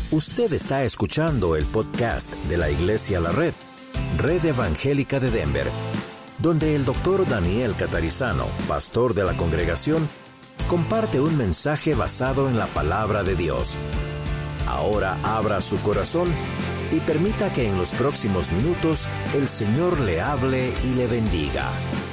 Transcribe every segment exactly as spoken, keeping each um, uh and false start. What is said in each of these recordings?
Usted está escuchando el podcast de la Iglesia La Red, Red Evangélica de Denver, donde el doctor Daniel Catarizano, pastor de la congregación, comparte un mensaje basado en la palabra de Dios. Ahora abra su corazón y permita que en los próximos minutos el Señor le hable y le bendiga.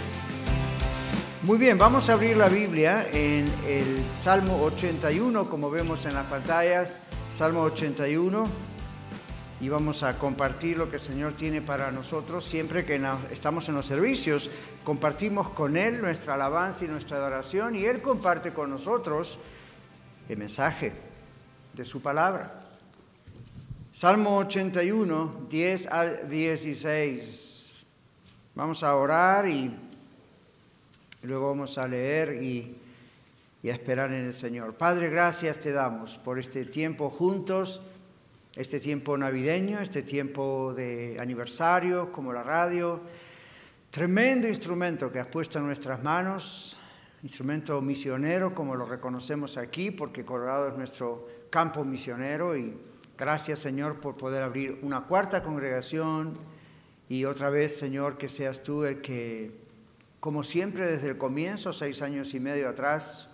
Muy bien, vamos a abrir la Biblia en el Salmo ochenta y uno, como vemos en las pantallas, Salmo ochenta y uno, y vamos a compartir lo que el Señor tiene para nosotros. Siempre que estamos en los servicios, compartimos con Él nuestra alabanza y nuestra adoración, y Él comparte con nosotros el mensaje de su palabra. Salmo ochenta y uno, diez al dieciséis. Vamos a orar y luego vamos a leer y, y a esperar en el Señor. Padre, gracias te damos por este tiempo juntos, este tiempo navideño, este tiempo de aniversario, como la radio. Tremendo instrumento que has puesto en nuestras manos, instrumento misionero, como lo reconocemos aquí, porque Colorado es nuestro campo misionero. Y gracias, Señor, por poder abrir una cuarta congregación. Y otra vez, Señor, que seas tú el que, como siempre desde el comienzo, seis años y medio atrás,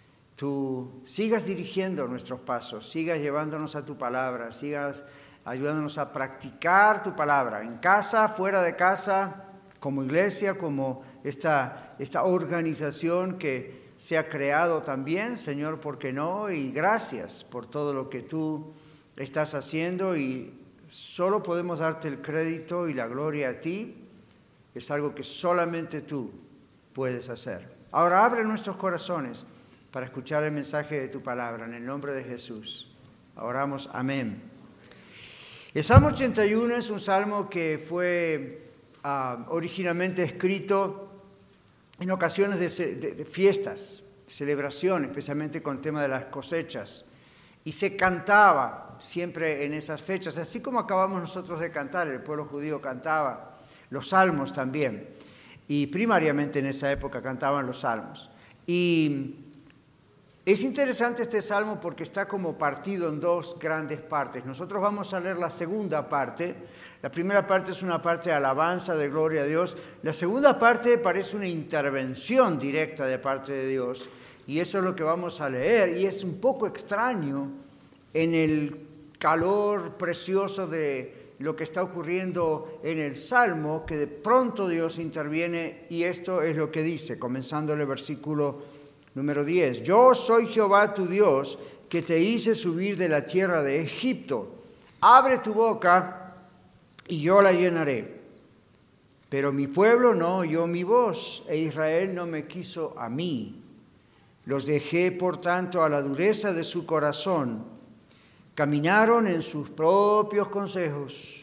tú sigas dirigiendo nuestros pasos, sigas llevándonos a tu palabra, sigas ayudándonos a practicar tu palabra, en casa, fuera de casa, como iglesia, como esta, esta organización que se ha creado también, Señor, ¿por qué no? Y gracias por todo lo que tú estás haciendo, y solo podemos darte el crédito y la gloria a ti. Es algo que solamente tú puedes hacer. Ahora abre nuestros corazones para escuchar el mensaje de tu palabra. En el nombre de Jesús oramos, amén. El Salmo ochenta y uno es un salmo que fue uh, originalmente escrito en ocasiones de, de, de fiestas, de celebración, especialmente con el tema de las cosechas. Y se cantaba siempre en esas fechas, así como acabamos nosotros de cantar, el pueblo judío cantaba los salmos también, y primariamente en esa época cantaban los salmos. Y es interesante este salmo porque está como partido en dos grandes partes. Nosotros vamos a leer la segunda parte. La primera parte es una parte de alabanza, de gloria a Dios. La segunda parte parece una intervención directa de parte de Dios, y eso es lo que vamos a leer, y es un poco extraño en el calor precioso de lo que está ocurriendo en el Salmo, que de pronto Dios interviene, y esto es lo que dice, comenzando el versículo número diez. Yo soy Jehová tu Dios, que te hice subir de la tierra de Egipto. Abre tu boca, y yo la llenaré. Pero mi pueblo no oyó mi voz, e Israel no me quiso a mí. Los dejé, por tanto, a la dureza de su corazón. Caminaron en sus propios consejos.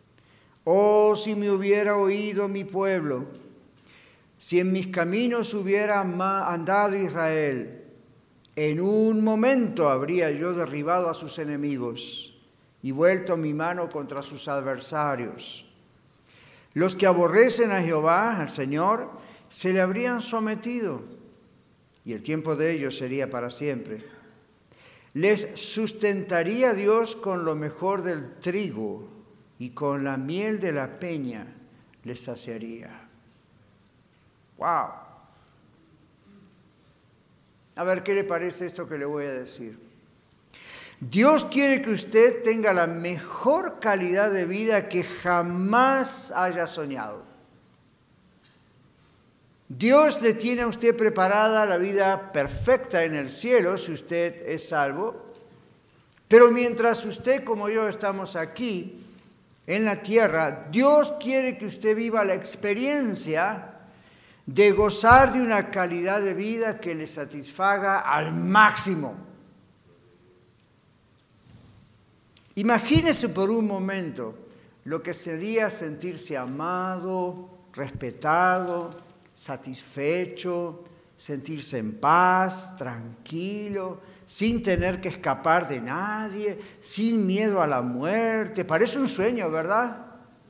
Oh, si me hubiera oído mi pueblo, si en mis caminos hubiera andado Israel, en un momento habría yo derribado a sus enemigos y vuelto mi mano contra sus adversarios. Los que aborrecen a Jehová, al Señor, se le habrían sometido, y el tiempo de ellos sería para siempre. Les sustentaría Dios con lo mejor del trigo, y con la miel de la peña les saciaría. ¡Wow! A ver, ¿qué le parece esto que le voy a decir? Dios quiere que usted tenga la mejor calidad de vida que jamás haya soñado. Dios le tiene a usted preparada la vida perfecta en el cielo si usted es salvo, pero mientras usted como yo estamos aquí en la tierra, Dios quiere que usted viva la experiencia de gozar de una calidad de vida que le satisfaga al máximo. Imagínese por un momento lo que sería sentirse amado, respetado, satisfecho, sentirse en paz, tranquilo, sin tener que escapar de nadie, sin miedo a la muerte. Parece un sueño, ¿verdad?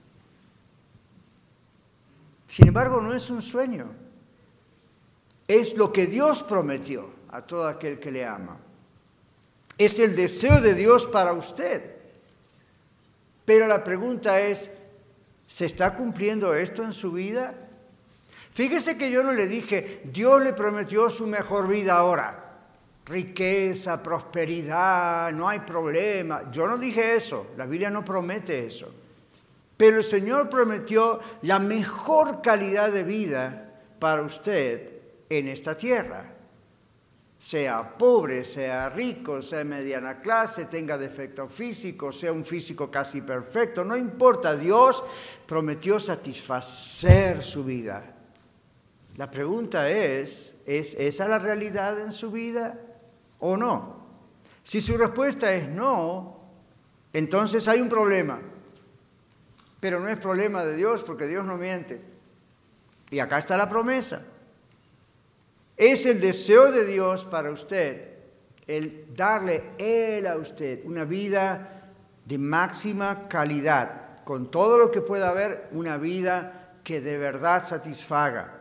Sin embargo, no es un sueño. Es lo que Dios prometió a todo aquel que le ama. Es el deseo de Dios para usted. Pero la pregunta es, ¿se está cumpliendo esto en su vida? Fíjese que yo no le dije, Dios le prometió su mejor vida ahora. Riqueza, prosperidad, no hay problema. Yo no dije eso, la Biblia no promete eso. Pero el Señor prometió la mejor calidad de vida para usted en esta tierra. Sea pobre, sea rico, sea mediana clase, tenga defecto físico, sea un físico casi perfecto, no importa, Dios prometió satisfacer su vida. La pregunta es, ¿es esa la realidad en su vida o no? Si su respuesta es no, entonces hay un problema. Pero no es problema de Dios porque Dios no miente. Y acá está la promesa. Es el deseo de Dios para usted, el darle Él a usted una vida de máxima calidad, con todo lo que pueda haber, una vida que de verdad satisfaga.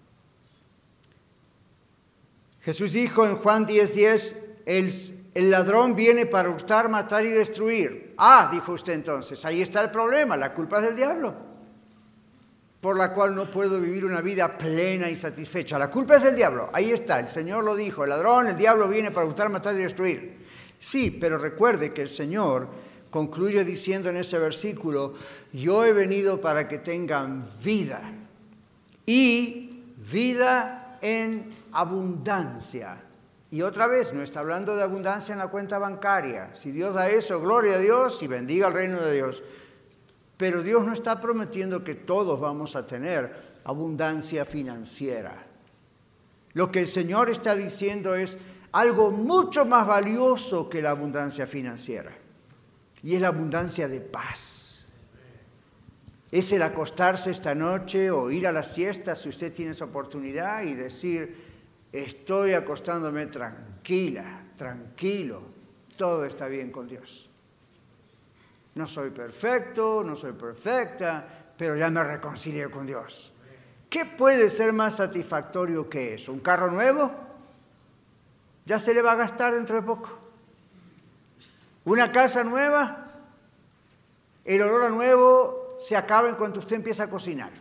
Jesús dijo en Juan diez diez, el, el ladrón viene para hurtar, matar y destruir. Ah, dijo usted entonces, ahí está el problema, la culpa es del diablo, por la cual no puedo vivir una vida plena y satisfecha. La culpa es del diablo, ahí está, el Señor lo dijo, el ladrón, el diablo viene para hurtar, matar y destruir. Sí, pero recuerde que el Señor concluye diciendo en ese versículo, yo he venido para que tengan vida y vida en abundancia. Y otra vez, no está hablando de abundancia en la cuenta bancaria. Si Dios da eso, gloria a Dios y bendiga el reino de Dios. Pero Dios no está prometiendo que todos vamos a tener abundancia financiera. Lo que el Señor está diciendo es algo mucho más valioso que la abundancia financiera. Y es la abundancia de paz. Es el acostarse esta noche o ir a la siesta si usted tiene esa oportunidad y decir, estoy acostándome tranquila, tranquilo, todo está bien con Dios. No soy perfecto, no soy perfecta, pero ya me reconcilié con Dios. ¿Qué puede ser más satisfactorio que eso? ¿Un carro nuevo? Ya se le va a gastar dentro de poco. ¿Una casa nueva? El olor a nuevo se acaba en cuanto usted empieza a cocinar.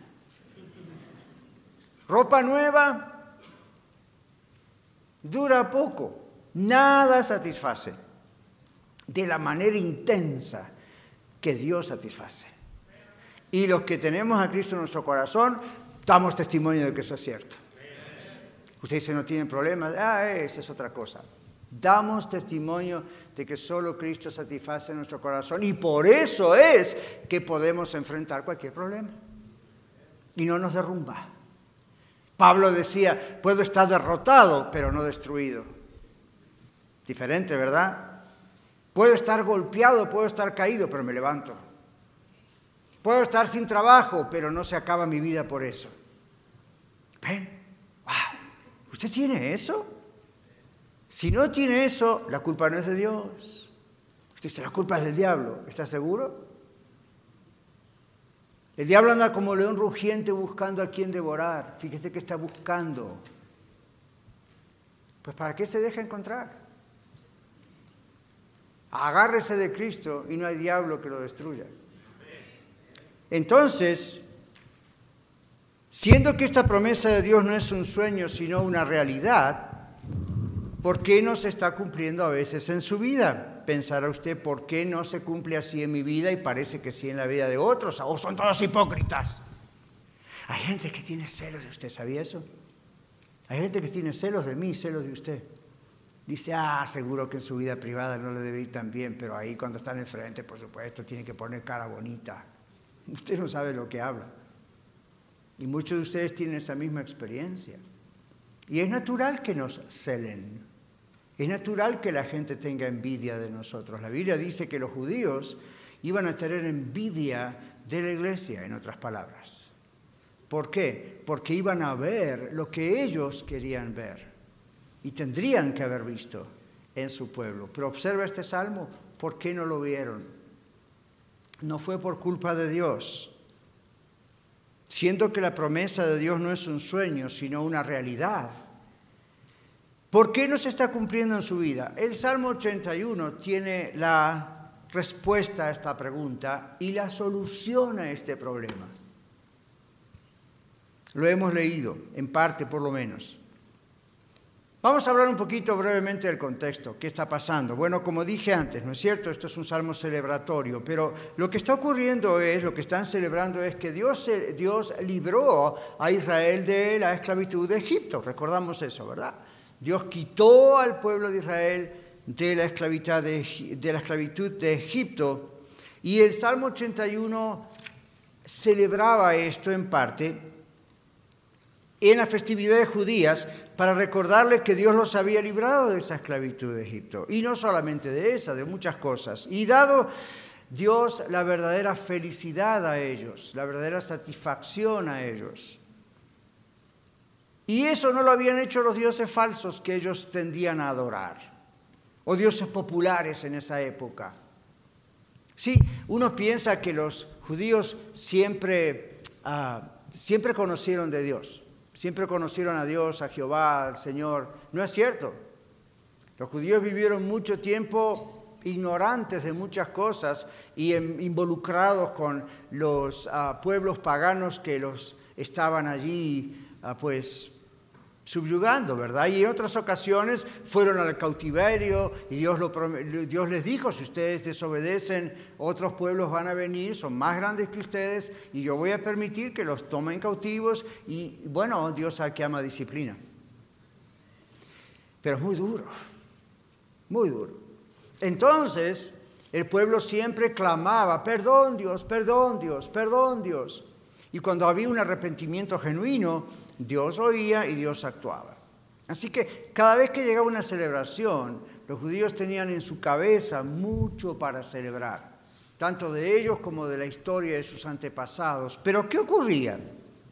¿Ropa nueva? Dura poco. Nada satisface de la manera intensa que Dios satisface. Y los que tenemos a Cristo en nuestro corazón, damos testimonio de que eso es cierto. Usted dice, no tiene problemas, ah, esa es otra cosa. Damos testimonio de que solo Cristo satisface nuestro corazón y por eso es que podemos enfrentar cualquier problema y no nos derrumba. Pablo decía, puedo estar derrotado, pero no destruido. Diferente, ¿verdad? Puedo estar golpeado, puedo estar caído, pero me levanto. Puedo estar sin trabajo, pero no se acaba mi vida por eso. ¿Ven? ¡Wow! ¿Usted tiene eso? Si no tiene eso, la culpa no es de Dios. Usted dice, la culpa es del diablo. ¿Está seguro? El diablo anda como león rugiente buscando a quien devorar. Fíjese que está buscando. Pues ¿para qué se deja encontrar? Agárrese de Cristo y no hay diablo que lo destruya. Entonces, siendo que esta promesa de Dios no es un sueño, sino una realidad, ¿por qué no se está cumpliendo a veces en su vida? Pensará usted, ¿por qué no se cumple así en mi vida y parece que sí en la vida de otros? ¿O son todos hipócritas? Hay gente que tiene celos de usted, ¿sabía eso? Hay gente que tiene celos de mí, celos de usted. Dice, ah, seguro que en su vida privada no le debe ir tan bien, pero ahí cuando están enfrente, por supuesto, tiene que poner cara bonita. Usted no sabe lo que habla. Y muchos de ustedes tienen esa misma experiencia. Y es natural que nos celen. Es natural que la gente tenga envidia de nosotros. La Biblia dice que los judíos iban a tener envidia de la iglesia, en otras palabras. ¿Por qué? Porque iban a ver lo que ellos querían ver. Y tendrían que haber visto en su pueblo. Pero observa este salmo, ¿por qué no lo vieron? No fue por culpa de Dios. Siendo que la promesa de Dios no es un sueño, sino una realidad. ¿Por qué no se está cumpliendo en su vida? El Salmo ochenta y uno tiene la respuesta a esta pregunta y la solución a este problema. Lo hemos leído, en parte por lo menos. Vamos a hablar un poquito brevemente del contexto. ¿Qué está pasando? Bueno, como dije antes, ¿no es cierto? Esto es un salmo celebratorio, pero lo que está ocurriendo es, lo que están celebrando es que Dios, Dios libró a Israel de la esclavitud de Egipto. Recordamos eso, ¿verdad? Dios quitó al pueblo de Israel de la esclavitud de, de, la esclavitud de Egipto, y el Salmo ochenta y uno celebraba esto en parte en las festividades judías para recordarles que Dios los había librado de esa esclavitud de Egipto. Y no solamente de esa, de muchas cosas. Y dado Dios la verdadera felicidad a ellos, la verdadera satisfacción a ellos. Y eso no lo habían hecho los dioses falsos que ellos tendían a adorar, o dioses populares en esa época. Sí, uno piensa que los judíos siempre, uh, siempre conocieron de Dios. Siempre conocieron a Dios, a Jehová, al Señor. No es cierto. Los judíos vivieron mucho tiempo ignorantes de muchas cosas y en, involucrados con los uh, pueblos paganos que los estaban allí, uh, pues, subyugando, ¿verdad? Y en otras ocasiones fueron al cautiverio y Dios, lo, Dios les dijo, si ustedes desobedecen, otros pueblos van a venir, son más grandes que ustedes y yo voy a permitir que los tomen cautivos. Y bueno, Dios aquí ama disciplina. Pero es muy duro, muy duro. Entonces, el pueblo siempre clamaba, perdón Dios, perdón Dios, perdón Dios. Y cuando había un arrepentimiento genuino, Dios oía y Dios actuaba. Así que cada vez que llegaba una celebración, los judíos tenían en su cabeza mucho para celebrar, tanto de ellos como de la historia de sus antepasados. Pero ¿qué ocurría?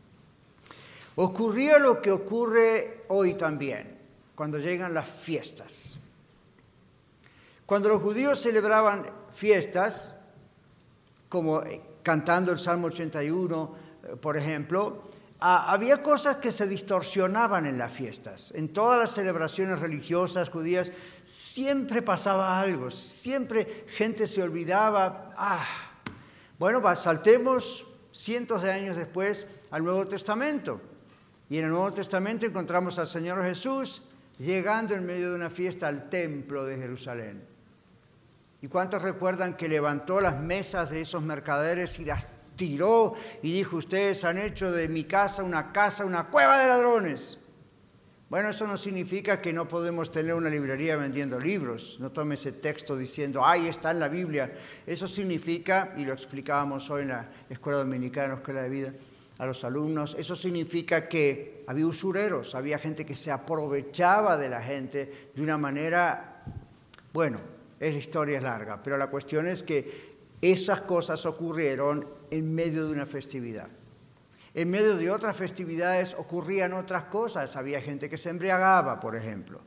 Ocurría lo que ocurre hoy también, cuando llegan las fiestas. Cuando los judíos celebraban fiestas, como cantando el Salmo ochenta y uno, por ejemplo, ah, había cosas que se distorsionaban en las fiestas. En todas las celebraciones religiosas judías siempre pasaba algo, siempre gente se olvidaba. Ah, bueno, saltemos cientos de años después al Nuevo Testamento. Y en el Nuevo Testamento encontramos al Señor Jesús llegando en medio de una fiesta al templo de Jerusalén. ¿Y cuántos recuerdan que levantó las mesas de esos mercaderes y las tiró y dijo, ustedes han hecho de mi casa una casa, una cueva de ladrones? Bueno, eso no significa que no podemos tener una librería vendiendo libros. No tome ese texto diciendo, ahí está en la Biblia. Eso significa, y lo explicábamos hoy en la Escuela Dominicana, Escuela de Vida, a los alumnos, eso significa que había usureros, había gente que se aprovechaba de la gente de una manera, bueno, es la historia es larga, pero la cuestión es que esas cosas ocurrieron en medio de una festividad. En medio de otras festividades ocurrían otras cosas. Había gente que se embriagaba, por ejemplo.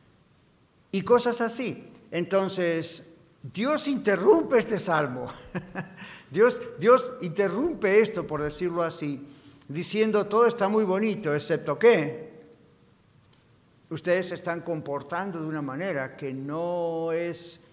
Y cosas así. Entonces, Dios interrumpe este salmo. Dios, Dios interrumpe esto, por decirlo así, diciendo, todo está muy bonito, excepto que ustedes se están comportando de una manera que no es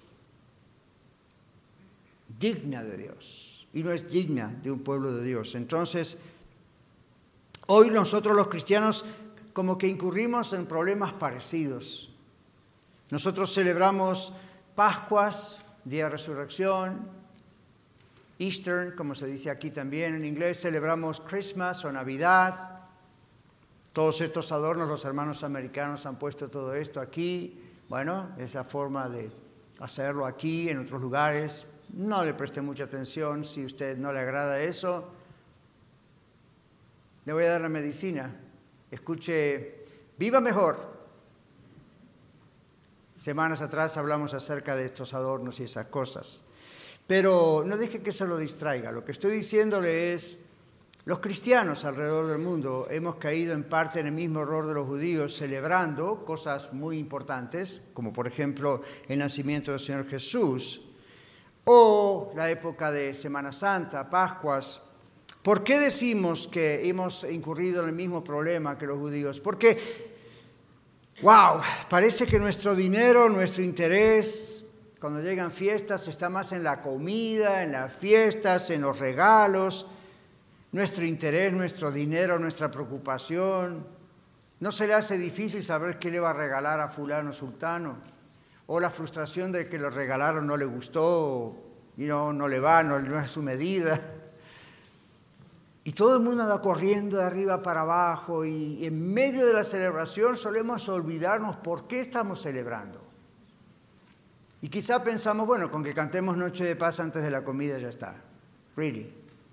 digna de Dios y no es digna de un pueblo de Dios. Entonces, hoy nosotros los cristianos como que incurrimos en problemas parecidos. Nosotros celebramos Pascuas, Día de Resurrección, Easter, como se dice aquí también en inglés, celebramos Christmas o Navidad. Todos estos adornos, los hermanos americanos han puesto todo esto aquí. Bueno, esa forma de hacerlo aquí, en otros lugares. No le preste mucha atención si a usted no le agrada eso. Le voy a dar la medicina. Escuche, viva mejor. Semanas atrás hablamos acerca de estos adornos y esas cosas. Pero no deje que se lo distraiga. Lo que estoy diciéndole es, los cristianos alrededor del mundo hemos caído en parte en el mismo error de los judíos, celebrando cosas muy importantes, como por ejemplo el nacimiento del Señor Jesús, o la época de Semana Santa, Pascuas. ¿Por qué decimos que hemos incurrido en el mismo problema que los judíos? Porque Wow, parece que nuestro dinero, nuestro interés, cuando llegan fiestas, está más en la comida, en las fiestas, en los regalos. Nuestro interés, nuestro dinero, nuestra preocupación. ¿No se le hace difícil saber qué le va a regalar a fulano sultano? O la frustración de que lo regalaron no le gustó, y no, no le va, no, no es su medida. Y todo el mundo anda corriendo de arriba para abajo y en medio de la celebración solemos olvidarnos por qué estamos celebrando. Y quizá pensamos, bueno, con que cantemos Noche de Paz antes de la comida ya está. Really.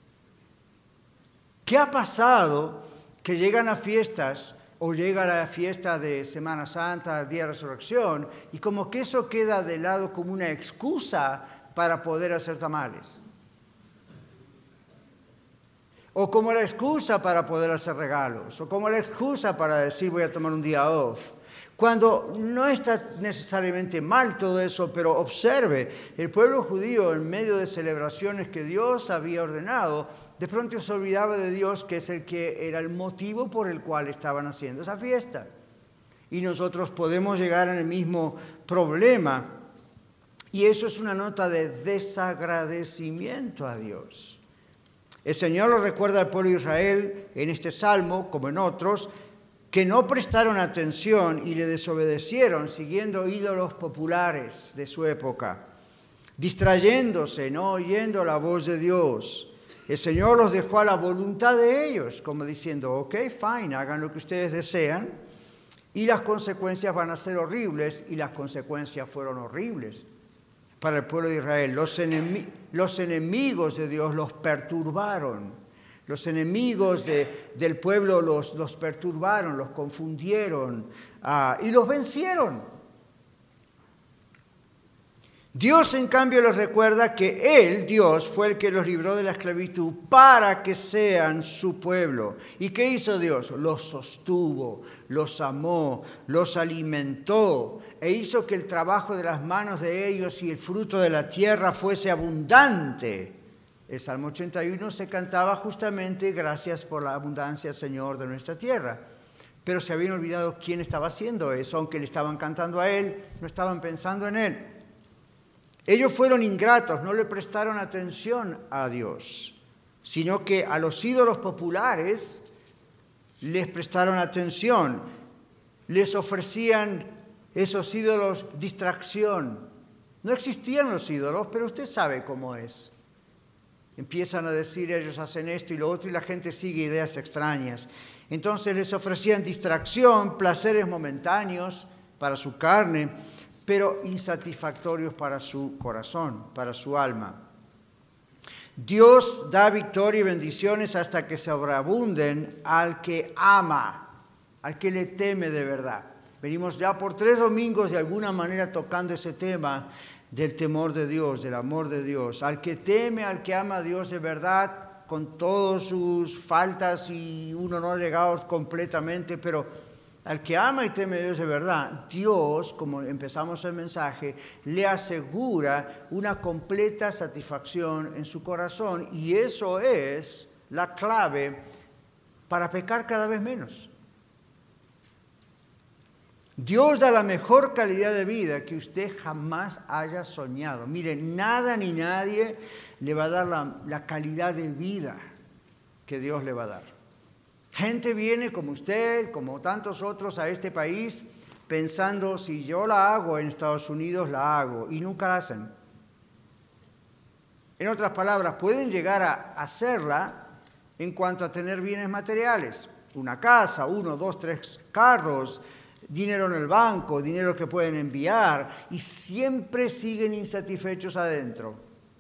¿Qué ha pasado que llegan a fiestas o llega la fiesta de Semana Santa, Día de Resurrección, y como que eso queda de lado como una excusa para poder hacer tamales? O como la excusa para poder hacer regalos, o como la excusa para decir voy a tomar un día off. Cuando no está necesariamente mal todo eso, pero observe, el pueblo judío en medio de celebraciones que Dios había ordenado, de pronto se olvidaba de Dios, que es el que era el motivo por el cual estaban haciendo esa fiesta. Y nosotros podemos llegar en el mismo problema, y eso es una nota de desagradecimiento a Dios. El Señor lo recuerda al pueblo de Israel en este salmo, como en otros, que no prestaron atención y le desobedecieron siguiendo ídolos populares de su época, distrayéndose, no oyendo la voz de Dios. El Señor los dejó a la voluntad de ellos, como diciendo, ok, fine, hagan lo que ustedes desean, y las consecuencias van a ser horribles, y las consecuencias fueron horribles para el pueblo de Israel. Los, enemi- los enemigos de Dios los perturbaron. Los enemigos de, del pueblo los, los perturbaron, los confundieron uh, y los vencieron. Dios, en cambio, les recuerda que Él, Dios, fue el que los libró de la esclavitud para que sean su pueblo. ¿Y qué hizo Dios? Los sostuvo, los amó, los alimentó e hizo que el trabajo de las manos de ellos y el fruto de la tierra fuese abundante. El Salmo ochenta y uno se cantaba justamente gracias por la abundancia, Señor, de nuestra tierra. Pero se habían olvidado quién estaba haciendo eso, aunque le estaban cantando a Él, no estaban pensando en Él. Ellos fueron ingratos, no le prestaron atención a Dios, sino que a los ídolos populares les prestaron atención, les ofrecían esos ídolos distracción. No existían los ídolos, pero usted sabe cómo es. Empiezan a decir, ellos hacen esto y lo otro, y la gente sigue ideas extrañas. Entonces les ofrecían distracción, placeres momentáneos para su carne, pero insatisfactorios para su corazón, para su alma. Dios da victoria y bendiciones hasta que sobreabunden al que ama, al que le teme de verdad. Venimos ya por tres domingos de alguna manera tocando ese tema del temor de Dios, del amor de Dios. Al que teme, al que ama a Dios de verdad, con todas sus faltas y uno no ha llegado completamente, pero al que ama y teme a Dios de verdad, Dios, como empezamos el mensaje, le asegura una completa satisfacción en su corazón, y eso es la clave para pecar cada vez menos. Dios da la mejor calidad de vida que usted jamás haya soñado. Mire, nada ni nadie le va a dar la, la calidad de vida que Dios le va a dar. Gente viene como usted, como tantos otros a este país, pensando, si yo la hago en Estados Unidos, la hago, y nunca la hacen. En otras palabras, pueden llegar a hacerla en cuanto a tener bienes materiales. Una casa, uno, dos, tres carros, dinero en el banco, dinero que pueden enviar, y siempre siguen insatisfechos adentro.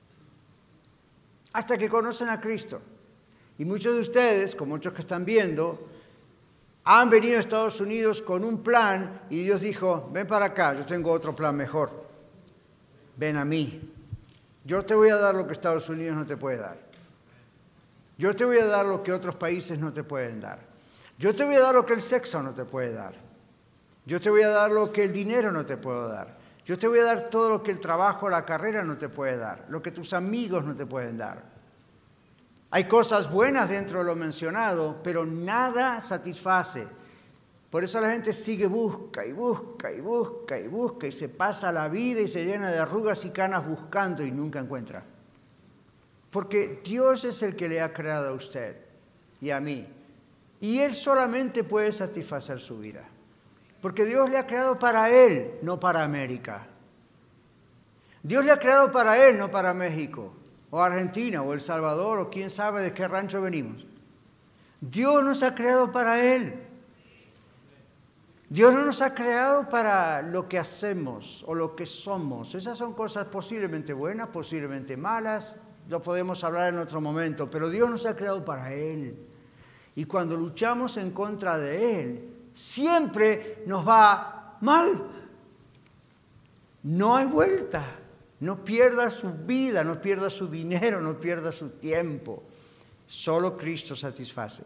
Hasta que conocen a Cristo. Y muchos de ustedes, como muchos que están viendo, han venido a Estados Unidos con un plan y Dios dijo, ven para acá, yo tengo otro plan mejor. Ven a mí. Yo te voy a dar lo que Estados Unidos no te puede dar. Yo te voy a dar lo que otros países no te pueden dar. Yo te voy a dar lo que el sexo no te puede dar. Yo te voy a dar lo que el dinero no te puede dar. Yo te voy a dar todo lo que el trabajo, la carrera no te puede dar, lo que tus amigos no te pueden dar. Hay cosas buenas dentro de lo mencionado, pero nada satisface, Por eso la gente sigue, busca y busca y busca y busca y se pasa la vida y se llena de arrugas y canas buscando y nunca encuentra. Porque Dios es el que le ha creado a usted y a mí. Y Él solamente puede satisfacer su vida. Porque Dios le ha creado para Él, no para América. Dios le ha creado para Él, no para México, o Argentina, o El Salvador, o quién sabe de qué rancho venimos. Dios nos ha creado para Él. Dios no nos ha creado para lo que hacemos o lo que somos. Esas son cosas posiblemente buenas, posiblemente malas, lo podemos hablar en otro momento, pero Dios nos ha creado para Él. Y cuando luchamos en contra de Él, siempre nos va mal. No hay vuelta. No pierda su vida, no pierda su dinero, no pierda su tiempo. Solo Cristo satisface.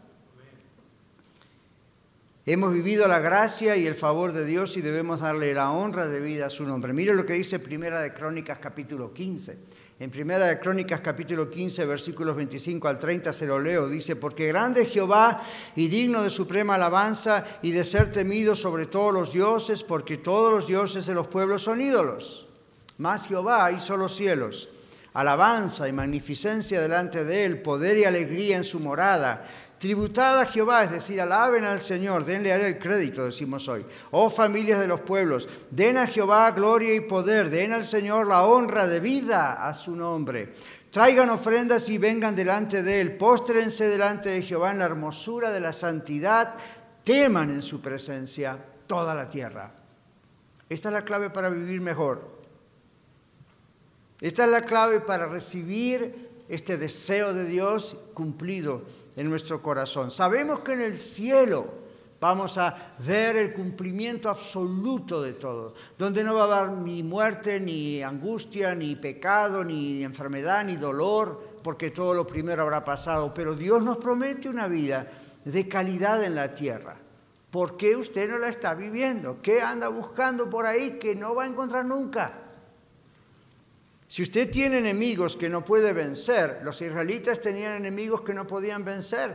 Hemos vivido la gracia y el favor de Dios y debemos darle la honra debida a su nombre. Mire lo que dice Primera de Crónicas capítulo quince. En Primera de Crónicas capítulo quince, versículos veinticinco al treinta, se lo leo. Dice, porque grande es Jehová y digno de suprema alabanza y de ser temido sobre todos los dioses, porque todos los dioses de los pueblos son ídolos. Mas Jehová hizo los cielos, alabanza y magnificencia delante de él, poder y alegría en su morada. Tributad a Jehová, es decir, alaben al Señor, denle a él el crédito, decimos hoy. Oh familias de los pueblos, den a Jehová gloria y poder, den al Señor la honra debida a su nombre. Traigan ofrendas y vengan delante de él, póstrense delante de Jehová en la hermosura de la santidad, teman en su presencia toda la tierra. Esta es la clave para vivir mejor. Esta es la clave para recibir este deseo de Dios cumplido en nuestro corazón. Sabemos que en el cielo vamos a ver el cumplimiento absoluto de todo, donde no va a haber ni muerte, ni angustia, ni pecado, ni enfermedad, ni dolor, porque todo lo primero habrá pasado. Pero Dios nos promete una vida de calidad en la tierra. ¿Por qué usted no la está viviendo? ¿Qué anda buscando por ahí que no va a encontrar nunca? Si usted tiene enemigos que no puede vencer, los israelitas tenían enemigos que no podían vencer.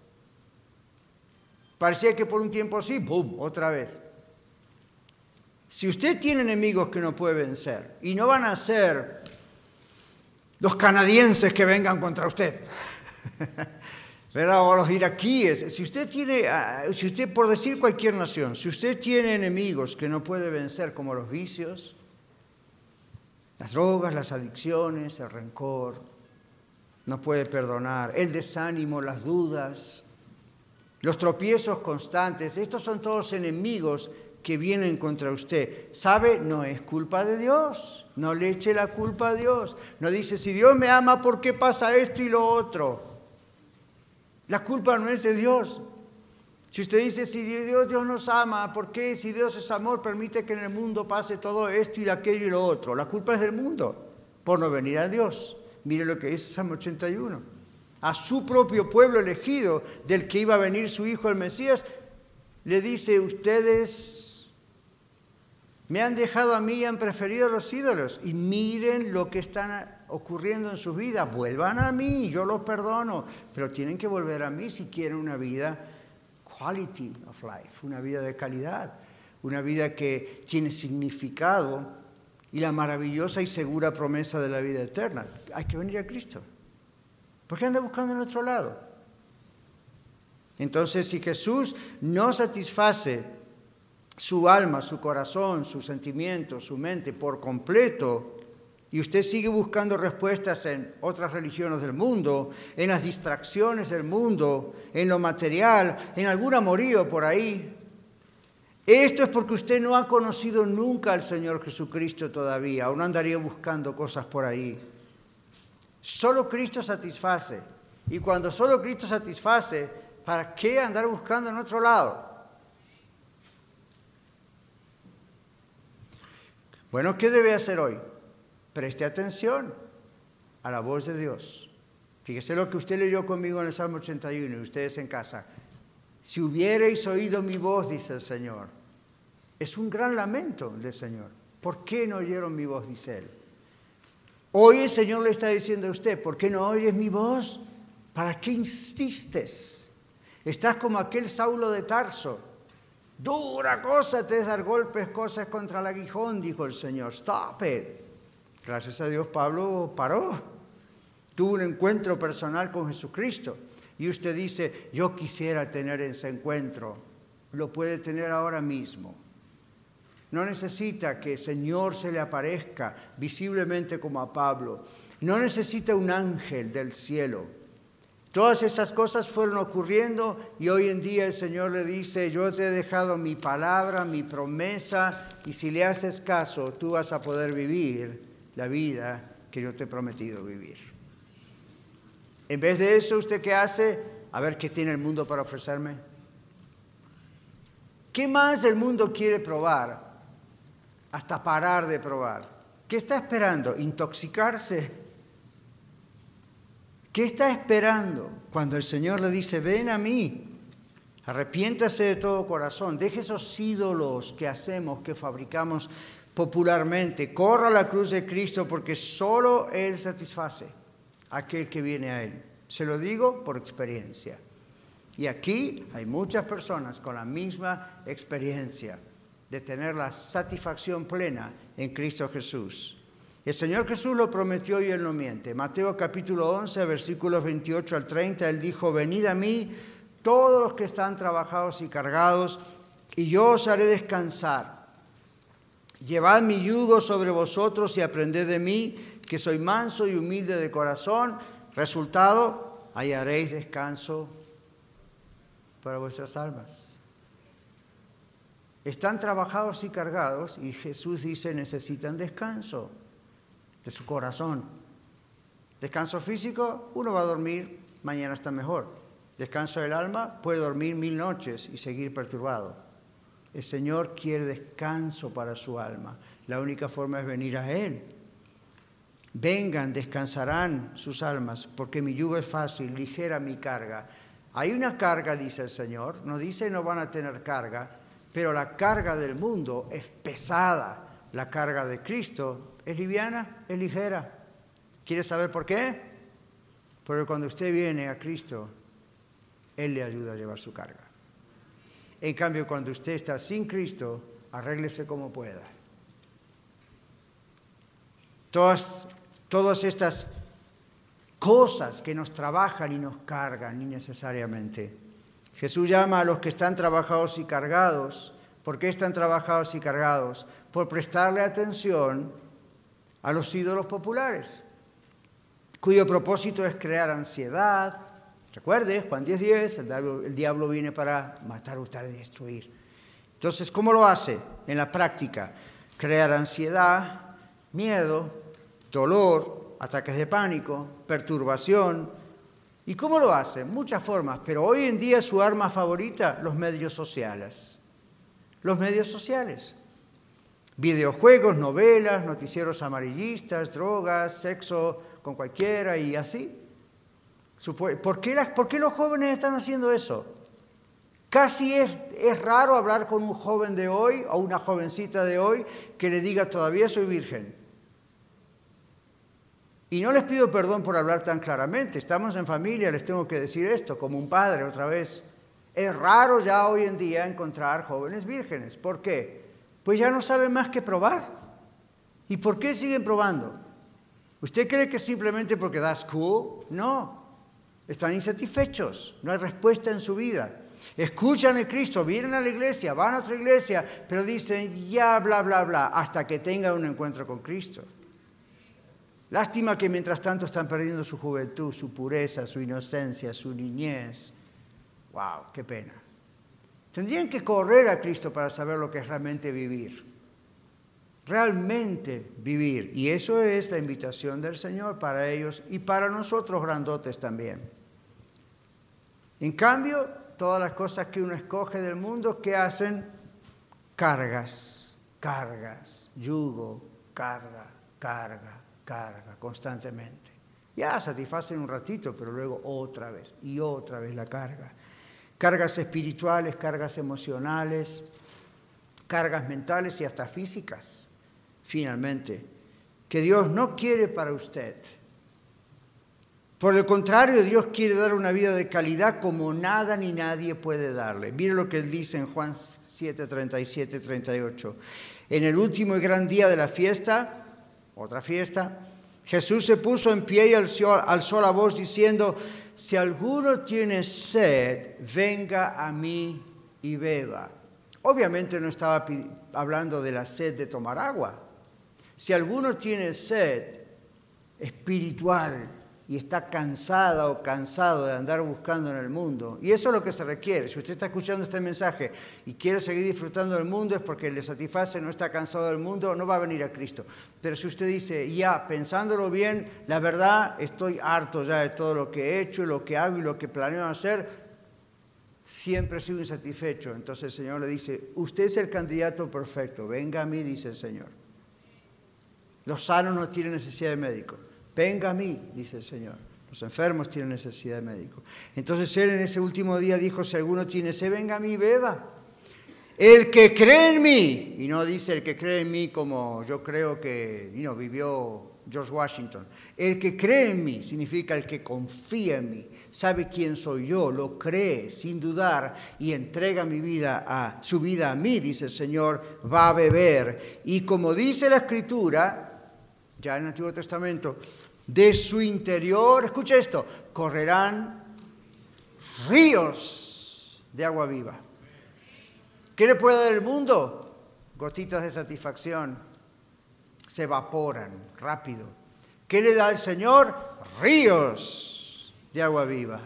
Parecía que por un tiempo sí, ¡pum!, otra vez. Si usted tiene enemigos que no puede vencer, y no van a ser los canadienses que vengan contra usted, ¿verdad? O los iraquíes, si usted tiene, si usted, por decir cualquier nación, si usted tiene enemigos que no puede vencer, como los vicios, las drogas, las adicciones, el rencor, no puede perdonar, el desánimo, las dudas, los tropiezos constantes, estos son todos enemigos que vienen contra usted. ¿Sabe? No es culpa de Dios, no le eche la culpa a Dios. No dice, si Dios me ama, ¿por qué pasa esto y lo otro? La culpa no es de Dios. Si usted dice, si Dios, Dios nos ama, ¿por qué? Si Dios es amor, permite que en el mundo pase todo esto y aquello y lo otro. La culpa es del mundo, por no venir a Dios. Mire lo que dice Salmo ochenta y uno. A su propio pueblo elegido, del que iba a venir su hijo el Mesías, le dice, ustedes me han dejado a mí y han preferido a los ídolos. Y miren lo que está ocurriendo en su vida. Vuelvan a mí, yo los perdono. Pero tienen que volver a mí si quieren una vida quality of life, una vida de calidad, una vida que tiene significado y la maravillosa y segura promesa de la vida eterna. Hay que venir a Cristo. ¿Por qué anda buscando en otro lado? Entonces, si Jesús no satisface su alma, su corazón, sus sentimientos, su mente por completo, y usted sigue buscando respuestas en otras religiones del mundo, en las distracciones del mundo, en lo material, en algún amorío por ahí, esto es porque usted no ha conocido nunca al Señor Jesucristo todavía, o no andaría buscando cosas por ahí. Solo Cristo satisface. Y cuando solo Cristo satisface, ¿para qué andar buscando en otro lado? Bueno, ¿qué debe hacer hoy? Preste atención a la voz de Dios. Fíjese lo que usted leyó conmigo en el Salmo ochenta y uno y ustedes en casa. Si hubierais oído mi voz, dice el Señor. Es un gran lamento del Señor. ¿Por qué no oyeron mi voz? Dice Él. Hoy el Señor le está diciendo a usted, ¿por qué no oyes mi voz? ¿Para qué insistes? Estás como aquel Saulo de Tarso, Dura cosa te es dar golpes, cosas contra el aguijón, dijo el Señor. Stop it. Gracias a Dios Pablo paró. Tuvo un encuentro personal con Jesucristo. Y usted dice, yo quisiera tener ese encuentro. Lo puede tener ahora mismo. No necesita que el Señor se le aparezca visiblemente como a Pablo. No necesita un ángel del cielo. Todas esas cosas fueron ocurriendo y hoy en día el Señor le dice, yo te he dejado mi palabra, mi promesa, y si le haces caso, tú vas a poder vivir la vida que yo te he prometido vivir. En vez de eso, ¿usted qué hace? A ver qué tiene el mundo para ofrecerme. ¿Qué más el mundo quiere probar? Hasta parar de probar. ¿Qué está esperando? ¿Intoxicarse? ¿Qué está esperando cuando el Señor le dice, ven a mí, arrepiéntase de todo corazón, deje esos ídolos que hacemos, que fabricamos popularmente, corra a la cruz de Cristo porque solo Él satisface a aquel que viene a Él. Se lo digo por experiencia. Y aquí hay muchas personas con la misma experiencia de tener la satisfacción plena en Cristo Jesús. El Señor Jesús lo prometió y Él no miente. Mateo capítulo once, versículos veintiocho al treinta, Él dijo, venid a mí todos los que están trabajados y cargados, y yo os haré descansar. Llevad mi yugo sobre vosotros y aprended de mí, que soy manso y humilde de corazón. Resultado, hallaréis descanso para vuestras almas. Están trabajados y cargados y Jesús dice necesitan descanso de su corazón. Descanso físico, uno va a dormir, mañana está mejor. Descanso del alma, puede dormir mil noches y seguir perturbado. El Señor quiere descanso para su alma. La única forma es venir a Él. Vengan, descansarán sus almas, porque mi yugo es fácil, ligera mi carga. Hay una carga, dice el Señor, no dice no van a tener carga, pero la carga del mundo es pesada. La carga de Cristo es liviana, es ligera. ¿Quiere saber por qué? Porque cuando usted viene a Cristo, Él le ayuda a llevar su carga. En cambio, cuando usted está sin Cristo, arréglese como pueda. Todas, todas estas cosas que nos trabajan y nos cargan innecesariamente. Jesús llama a los que están trabajados y cargados. ¿Por qué están trabajados y cargados? Por prestarle atención a los ídolos populares, cuyo propósito es crear ansiedad. Recuerde, Juan diez diez, el diablo, el diablo viene para matar, hurtar y destruir. Entonces, ¿cómo lo hace en la práctica? Crear ansiedad, miedo, dolor, ataques de pánico, perturbación. ¿Y cómo lo hace? Muchas formas, pero hoy en día su arma favorita, los medios sociales. Los medios sociales. Videojuegos, novelas, noticieros amarillistas, drogas, sexo con cualquiera y así. ¿Por qué, las, ¿Por qué los jóvenes están haciendo eso? Casi es, es raro hablar con un joven de hoy o una jovencita de hoy que le diga todavía soy virgen. Y no les pido perdón por hablar tan claramente, estamos en familia, les tengo que decir esto como un padre otra vez. Es raro ya hoy en día encontrar jóvenes vírgenes. ¿Por qué? Pues ya no saben más que probar. ¿Y por qué siguen probando? ¿Usted cree que simplemente porque that's cool? No. Están insatisfechos. No hay respuesta en su vida. Escuchan a Cristo, vienen a la iglesia, van a otra iglesia, pero dicen ya bla, bla, bla, hasta que tengan un encuentro con Cristo. Lástima que mientras tanto están perdiendo su juventud, su pureza, su inocencia, su niñez. ¡Wow! ¡Qué pena! Tendrían que correr a Cristo para saber lo que es realmente vivir. Realmente vivir. Y eso es la invitación del Señor para ellos y para nosotros grandotes también. En cambio, todas las cosas que uno escoge del mundo, ¿qué hacen? Cargas, cargas, yugo, carga, carga, carga, constantemente. Ya satisfacen un ratito, pero luego otra vez y otra vez la carga. Cargas espirituales, cargas emocionales, cargas mentales y hasta físicas. Finalmente, que Dios no quiere para usted Por el contrario, Dios quiere dar una vida de calidad como nada ni nadie puede darle. Mire lo que él dice en Juan siete, treinta y siete, treinta y ocho. En el último y gran día de la fiesta, otra fiesta, Jesús se puso en pie y alzó, alzó la voz diciendo: si alguno tiene sed, venga a mí y beba. Obviamente no estaba hablando de la sed de tomar agua. Si alguno tiene sed espiritual y está cansada o cansado de andar buscando en el mundo, y eso es lo que se requiere. Si usted está escuchando este mensaje y quiere seguir disfrutando del mundo, es porque le satisface, no está cansado del mundo, no va a venir a Cristo. Pero si usted dice, ya, pensándolo bien, la verdad, estoy harto ya de todo lo que he hecho, y lo que hago y lo que planeo hacer, siempre he sido insatisfecho. Entonces el Señor le dice, usted es el candidato perfecto, venga a mí, dice el Señor. Los sanos no tienen necesidad de médico. Venga a mí, dice el Señor. Los enfermos tienen necesidad de médico. Entonces Él en ese último día dijo, si alguno tiene sed, venga a mí, beba. El que cree en mí, y no dice el que cree en mí como yo creo que you know, vivió George Washington. El que cree en mí significa el que confía en mí, sabe quién soy yo, lo cree sin dudar y entrega mi vida a, su vida a mí, dice el Señor, va a beber. Y como dice la Escritura, ya en el Antiguo Testamento, de su interior, escucha esto, correrán ríos de agua viva. ¿Qué le puede dar el mundo? Gotitas de satisfacción, se evaporan rápido. ¿Qué le da el Señor? Ríos de agua viva.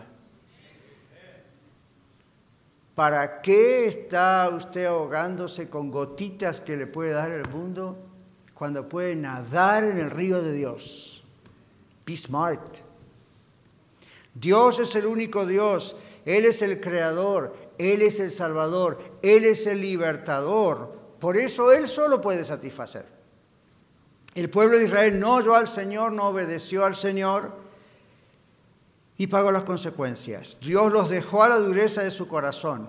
¿Para qué está usted ahogándose con gotitas que le puede dar el mundo cuando puede nadar en el río de Dios? Be smart. Dios es el único Dios. Él es el creador. Él es el salvador. Él es el libertador. Por eso Él solo puede satisfacer. El pueblo de Israel no oyó al Señor, no obedeció al Señor y pagó las consecuencias. Dios los dejó a la dureza de su corazón.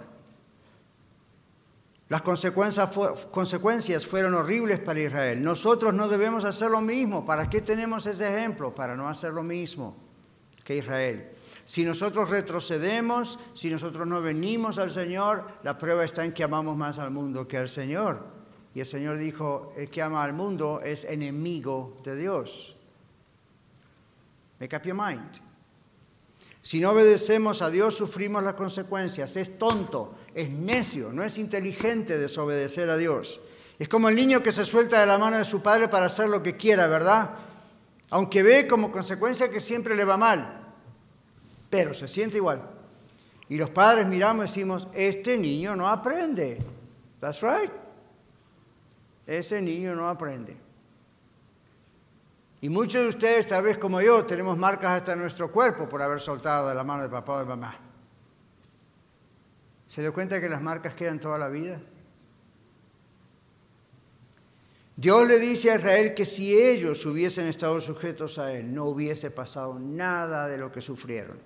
Las consecuencias, consecuencias fueron horribles para Israel. Nosotros no debemos hacer lo mismo. ¿Para qué tenemos ese ejemplo? Para no hacer lo mismo que Israel. Si nosotros retrocedemos, si nosotros no venimos al Señor, la prueba está en que amamos más al mundo que al Señor. Y el Señor dijo, el que ama al mundo es enemigo de Dios. Make up your mind. Si no obedecemos a Dios, sufrimos las consecuencias. Es tonto, es necio, no es inteligente desobedecer a Dios. Es como el niño que se suelta de la mano de su padre para hacer lo que quiera, ¿verdad? Aunque ve como consecuencia que siempre le va mal, pero se siente igual. Y los padres miramos y decimos, este niño no aprende. That's right. Ese niño no aprende. Y muchos de ustedes, tal vez como yo, tenemos marcas hasta en nuestro cuerpo por haber soltado de la mano de papá o de mamá. ¿Se dio cuenta que las marcas quedan toda la vida? Dios le dice a Israel que si ellos hubiesen estado sujetos a Él, no hubiese pasado nada de lo que sufrieron.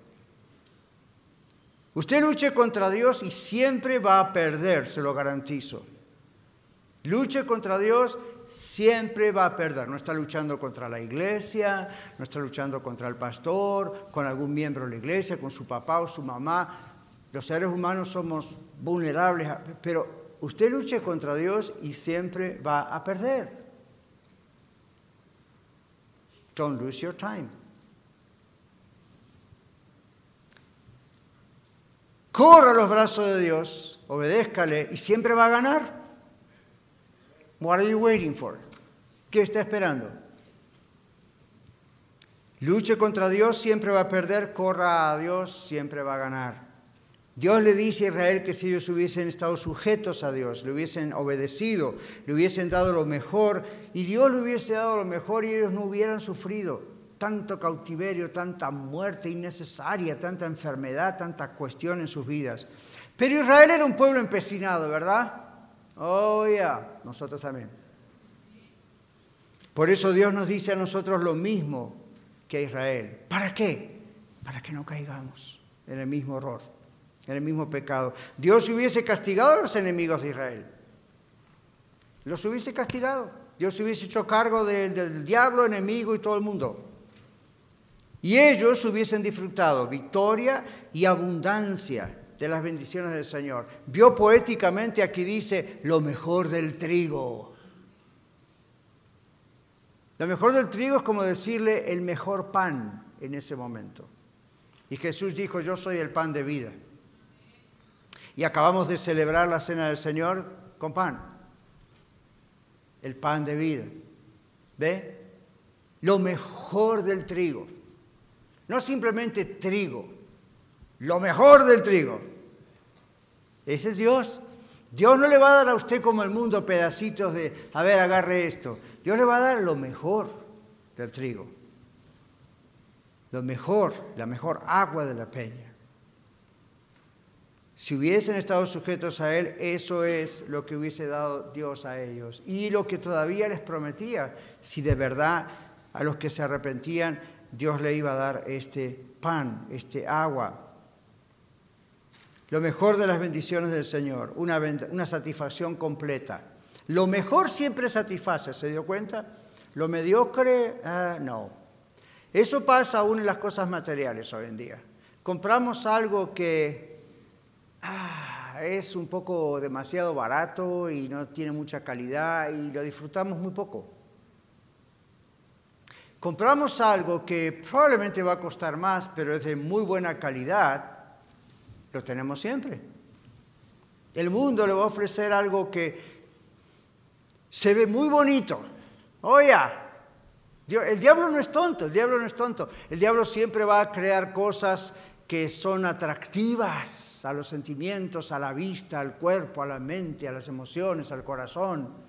Usted luche contra Dios y siempre va a perder, se lo garantizo. Luche contra Dios, siempre va a perder. No está luchando contra la iglesia, no está luchando contra el pastor, con algún miembro de la iglesia, con su papá o su mamá. Los seres humanos somos vulnerables, pero usted luche contra Dios y siempre va a perder. Don't lose your time. Corra a los brazos de Dios, obedézcale y siempre va a ganar. What are you waiting for? ¿Qué está esperando? Luche contra Dios, siempre va a perder. Corra a Dios, siempre va a ganar. Dios le dice a Israel que si ellos hubiesen estado sujetos a Dios, le hubiesen obedecido, le hubiesen dado lo mejor, y Dios le hubiese dado lo mejor y ellos no hubieran sufrido tanto cautiverio, tanta muerte innecesaria, tanta enfermedad, tanta cuestión en sus vidas. Pero Israel era un pueblo empecinado, ¿verdad? Oh, ya, yeah. Nosotros también. Por eso Dios nos dice a nosotros lo mismo que a Israel. ¿Para qué? Para que no caigamos en el mismo error, en el mismo pecado. Dios hubiese castigado a los enemigos de Israel. Los hubiese castigado. Dios hubiese hecho cargo de, del diablo, enemigo y todo el mundo. y ellos hubiesen disfrutado victoria y abundancia de las bendiciones del Señor. Vio poéticamente, aquí dice, lo mejor del trigo. Lo mejor del trigo es como decirle el mejor pan en ese momento. Y Jesús dijo, yo soy el pan de vida. Y acabamos de celebrar la cena del Señor con pan. El pan de vida. ¿Ve? Lo mejor del trigo. No simplemente trigo. Lo mejor del trigo. Ese es Dios. Dios no le va a dar a usted como el mundo pedacitos de, a ver, agarre esto. Dios le va a dar lo mejor del trigo. Lo mejor, la mejor agua de la peña. Si hubiesen estado sujetos a Él, eso es lo que hubiese dado Dios a ellos. Y lo que todavía les prometía, si de verdad a los que se arrepentían, Dios le iba a dar este pan, este agua. Lo mejor de las bendiciones del Señor, una, una satisfacción completa. Lo mejor siempre satisface, ¿se dio cuenta? Lo mediocre, uh, no. Eso pasa aún en las cosas materiales hoy en día. Compramos algo que ah, es un poco demasiado barato y no tiene mucha calidad y lo disfrutamos muy poco. Compramos algo que probablemente va a costar más, pero es de muy buena calidad. Lo tenemos siempre. El mundo le va a ofrecer algo que se ve muy bonito. Oye, el diablo no es tonto, el diablo no es tonto. El diablo siempre va a crear cosas que son atractivas a los sentimientos, a la vista, al cuerpo, a la mente, a las emociones, al corazón.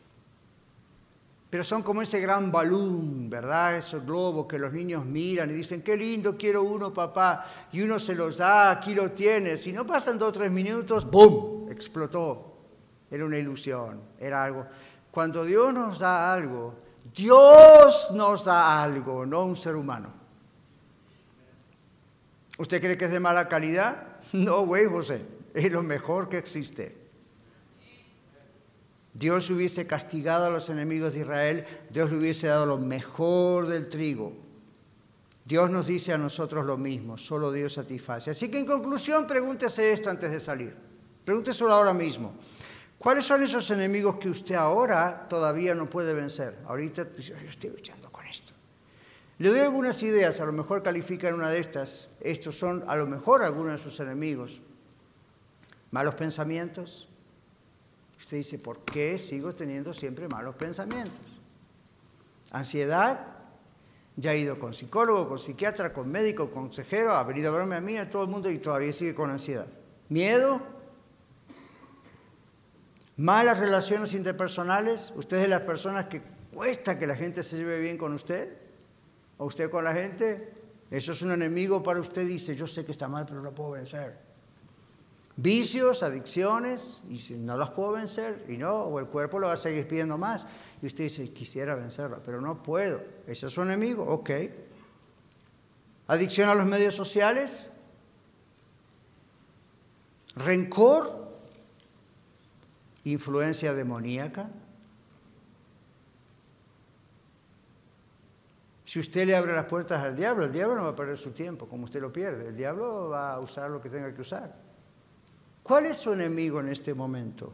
Pero son como ese gran balón, ¿verdad? Esos globos que los niños miran y dicen, qué lindo, quiero uno, papá. Y uno se los da, aquí lo tienes. Y no pasan dos o tres minutos, ¡bum!, explotó. Era una ilusión, era algo. Cuando Dios nos da algo, Dios nos da algo, no un ser humano. ¿Usted cree que es de mala calidad? No, güey, José, es lo mejor que existe. Dios hubiese castigado a los enemigos de Israel, Dios le hubiese dado lo mejor del trigo. Dios nos dice a nosotros lo mismo, solo Dios satisface. Así que en conclusión, pregúntese esto antes de salir. Pregúnteselo ahora mismo. ¿Cuáles son esos enemigos que usted ahora todavía no puede vencer? Ahorita pues, yo estoy luchando con esto. Le doy algunas ideas, a lo mejor califican una de estas. Estos son a lo mejor algunos de sus enemigos. Malos pensamientos. Usted dice, ¿por qué sigo teniendo siempre malos pensamientos? Ansiedad, ya ha ido con psicólogo, con psiquiatra, con médico, consejero, ha venido a verme a mí, a todo el mundo y todavía sigue con ansiedad. Miedo, malas relaciones interpersonales. ¿Usted es de las personas que cuesta que la gente se lleve bien con usted? ¿O usted con la gente? Eso es un enemigo para usted, dice, yo sé que está mal, pero lo puedo vencer. Vicios, adicciones, y si no las puedo vencer, y no, o el cuerpo lo va a seguir pidiendo más. Y usted dice, quisiera vencerla, pero no puedo. ¿Ese es su enemigo? Ok. Adicción a los medios sociales. Rencor. Influencia demoníaca. Si usted le abre las puertas al diablo, el diablo no va a perder su tiempo como usted lo pierde. El diablo va a usar lo que tenga que usar. ¿Cuál es su enemigo en este momento?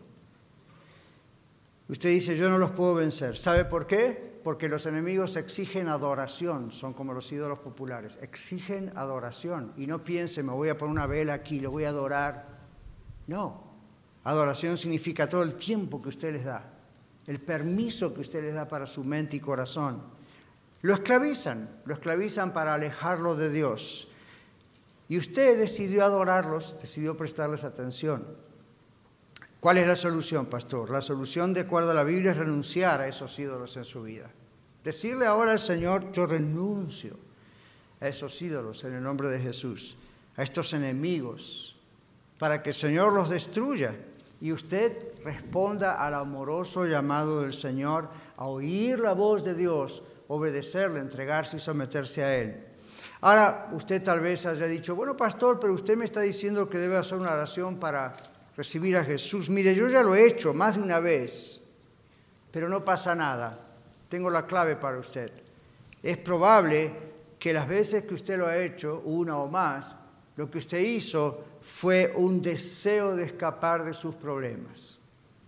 Usted dice, yo no los puedo vencer. ¿Sabe por qué? Porque los enemigos exigen adoración, son como los ídolos populares. Exigen adoración. Y no piense, me voy a poner una vela aquí, lo voy a adorar. No. Adoración significa todo el tiempo que usted les da, el permiso que usted les da para su mente y corazón. Lo esclavizan, lo esclavizan para alejarlo de Dios. Y usted decidió adorarlos, decidió prestarles atención. ¿Cuál es la solución, pastor? La solución, de acuerdo a la Biblia, es renunciar a esos ídolos en su vida. Decirle ahora al Señor, yo renuncio a esos ídolos en el nombre de Jesús, a estos enemigos, para que el Señor los destruya. Y usted responda al amoroso llamado del Señor a oír la voz de Dios, obedecerle, entregarse y someterse a Él. Ahora, usted tal vez haya dicho, bueno, pastor, pero usted me está diciendo que debe hacer una oración para recibir a Jesús. Mire, yo ya lo he hecho más de una vez, pero no pasa nada. Tengo la clave para usted. Es probable que las veces que usted lo ha hecho, una o más, lo que usted hizo fue un deseo de escapar de sus problemas.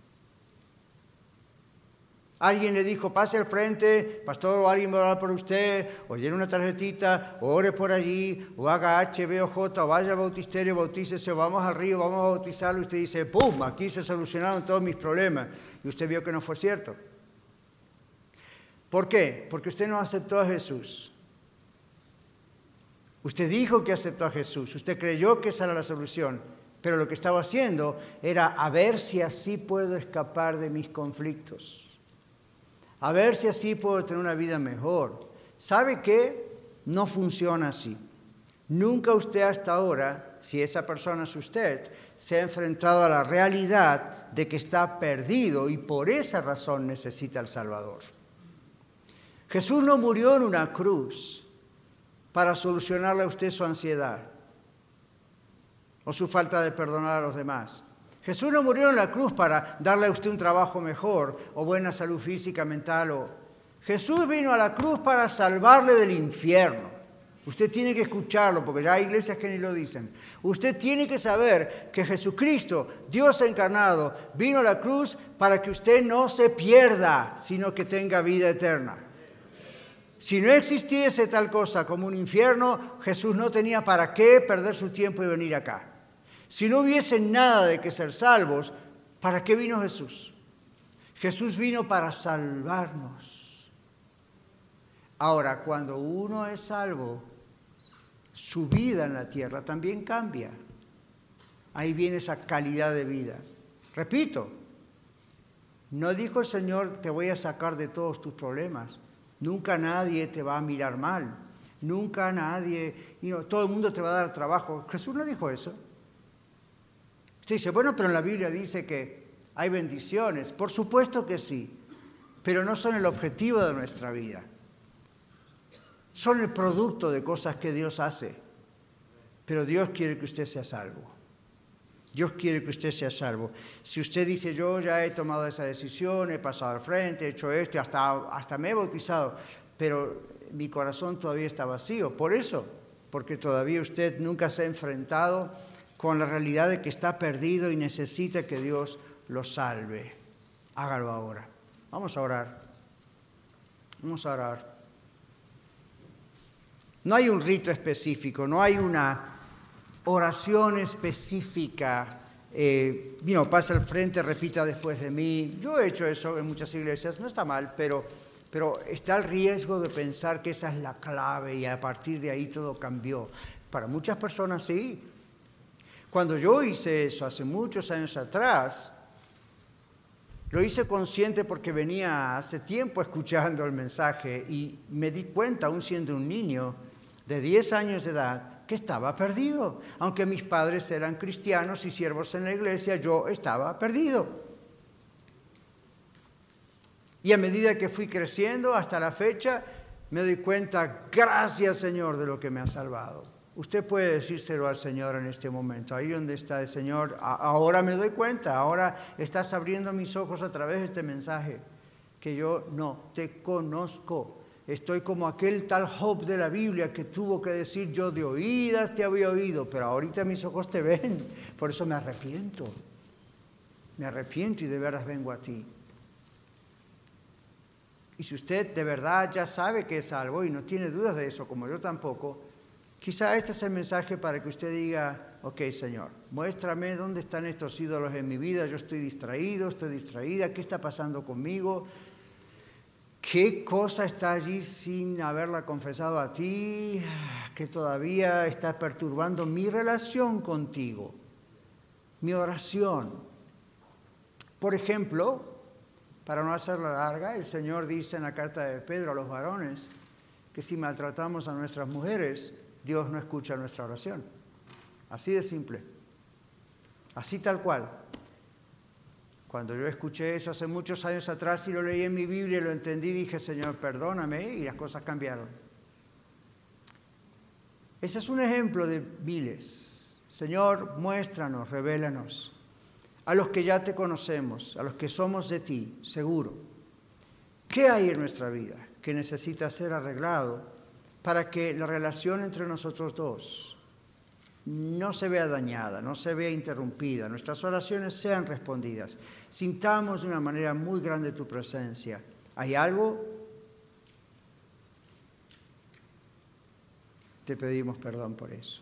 Alguien le dijo, pase al frente, pastor, o alguien va a orar por usted, o llene una tarjetita, o ore por allí, o haga H, B o J, o vaya al bautisterio, bautícese, o vamos al río, vamos a bautizarlo. Y usted dice, ¡pum!, aquí se solucionaron todos mis problemas. Y usted vio que no fue cierto. ¿Por qué? Porque usted no aceptó a Jesús. Usted dijo que aceptó a Jesús, usted creyó que esa era la solución, pero lo que estaba haciendo era a ver si así puedo escapar de mis conflictos. A ver si así puedo tener una vida mejor. ¿Sabe qué? No funciona así. Nunca usted hasta ahora, si esa persona es usted, se ha enfrentado a la realidad de que está perdido y por esa razón necesita al Salvador. Jesús no murió en una cruz para solucionarle a usted su ansiedad o su falta de perdonar a los demás. Jesús no murió en la cruz para darle a usted un trabajo mejor o buena salud física, mental. O... Jesús vino a la cruz para salvarle del infierno. Usted tiene que escucharlo porque ya hay iglesias que ni lo dicen. Usted tiene que saber que Jesucristo, Dios encarnado, vino a la cruz para que usted no se pierda, sino que tenga vida eterna. Si no existiese tal cosa como un infierno, Jesús no tenía para qué perder su tiempo y venir acá. Si no hubiese nada de que ser salvos, ¿para qué vino Jesús? Jesús vino para salvarnos. Ahora, cuando uno es salvo, su vida en la tierra también cambia. Ahí viene esa calidad de vida. Repito, no dijo el Señor, te voy a sacar de todos tus problemas. Nunca nadie te va a mirar mal. Nunca nadie, you know, todo el mundo te va a dar trabajo. Jesús no dijo eso. Usted dice, bueno, pero en la Biblia dice que hay bendiciones. Por supuesto que sí, pero no son el objetivo de nuestra vida. Son el producto de cosas que Dios hace. Pero Dios quiere que usted sea salvo. Dios quiere que usted sea salvo. Si usted dice, yo ya he tomado esa decisión, he pasado al frente, he hecho esto, hasta, hasta me he bautizado, pero mi corazón todavía está vacío. Por eso, porque todavía usted nunca se ha enfrentado con la realidad de que está perdido y necesita que Dios lo salve. Hágalo ahora. Vamos a orar. Vamos a orar. No hay un rito específico, no hay una oración específica. Eh, you pasa al frente, repita después de mí. Yo he hecho eso en muchas iglesias, no está mal, pero, pero está el riesgo de pensar que esa es la clave y a partir de ahí todo cambió. Para muchas personas sí. Cuando yo hice eso hace muchos años atrás, lo hice consciente porque venía hace tiempo escuchando el mensaje y me di cuenta, aún siendo un niño de diez años de edad, que estaba perdido. Aunque mis padres eran cristianos y siervos en la iglesia, yo estaba perdido. Y a medida que fui creciendo hasta la fecha, me doy cuenta, gracias Señor, de lo que me ha salvado. Usted puede decírselo al Señor en este momento. Ahí donde está el Señor, ahora me doy cuenta, ahora estás abriendo mis ojos a través de este mensaje, que yo no te conozco. Estoy como aquel tal Job de la Biblia que tuvo que decir, yo de oídas te había oído, pero ahorita mis ojos te ven. Por eso me arrepiento. Me arrepiento y de verdad vengo a ti. Y si usted de verdad ya sabe que es salvo y no tiene dudas de eso, como yo tampoco, quizá este es el mensaje para que usted diga, ok, Señor, muéstrame dónde están estos ídolos en mi vida. Yo estoy distraído, estoy distraída. ¿Qué está pasando conmigo? ¿Qué cosa está allí sin haberla confesado a ti, que todavía está perturbando mi relación contigo, mi oración? Por ejemplo, para no hacerla larga, el Señor dice en la carta de Pedro a los varones que si maltratamos a nuestras mujeres, Dios no escucha nuestra oración. Así de simple. Así tal cual. Cuando yo escuché eso hace muchos años atrás y lo leí en mi Biblia y lo entendí, dije, Señor, perdóname, y las cosas cambiaron. Ese es un ejemplo de miles. Señor, muéstranos, revélanos, a los que ya te conocemos, a los que somos de ti, seguro. ¿Qué hay en nuestra vida que necesita ser arreglado para que la relación entre nosotros dos no se vea dañada, no se vea interrumpida, nuestras oraciones sean respondidas. Sintamos de una manera muy grande tu presencia. ¿Hay algo? Te pedimos perdón por eso.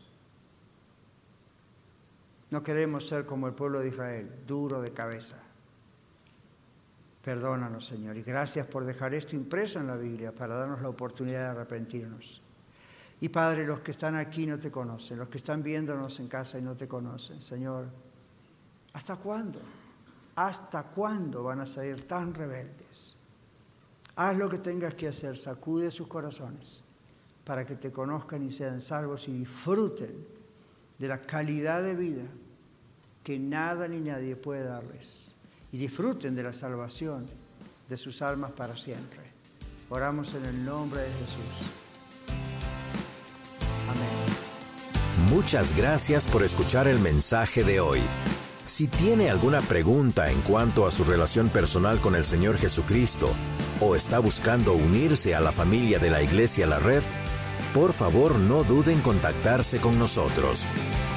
No queremos ser como el pueblo de Israel, duro de cabeza. Perdónanos, Señor, y gracias por dejar esto impreso en la Biblia para darnos la oportunidad de arrepentirnos. Y Padre, los que están aquí no te conocen, los que están viéndonos en casa y no te conocen, Señor, ¿hasta cuándo? ¿Hasta cuándo van a salir tan rebeldes? Haz lo que tengas que hacer, sacude sus corazones para que te conozcan y sean salvos y disfruten de la calidad de vida que nada ni nadie puede darles. Y disfruten de la salvación de sus almas para siempre. Oramos en el nombre de Jesús. Amén. Muchas gracias por escuchar el mensaje de hoy. Si tiene alguna pregunta en cuanto a su relación personal con el Señor Jesucristo o está buscando unirse a la familia de la Iglesia La Red, por favor no duden en contactarse con nosotros.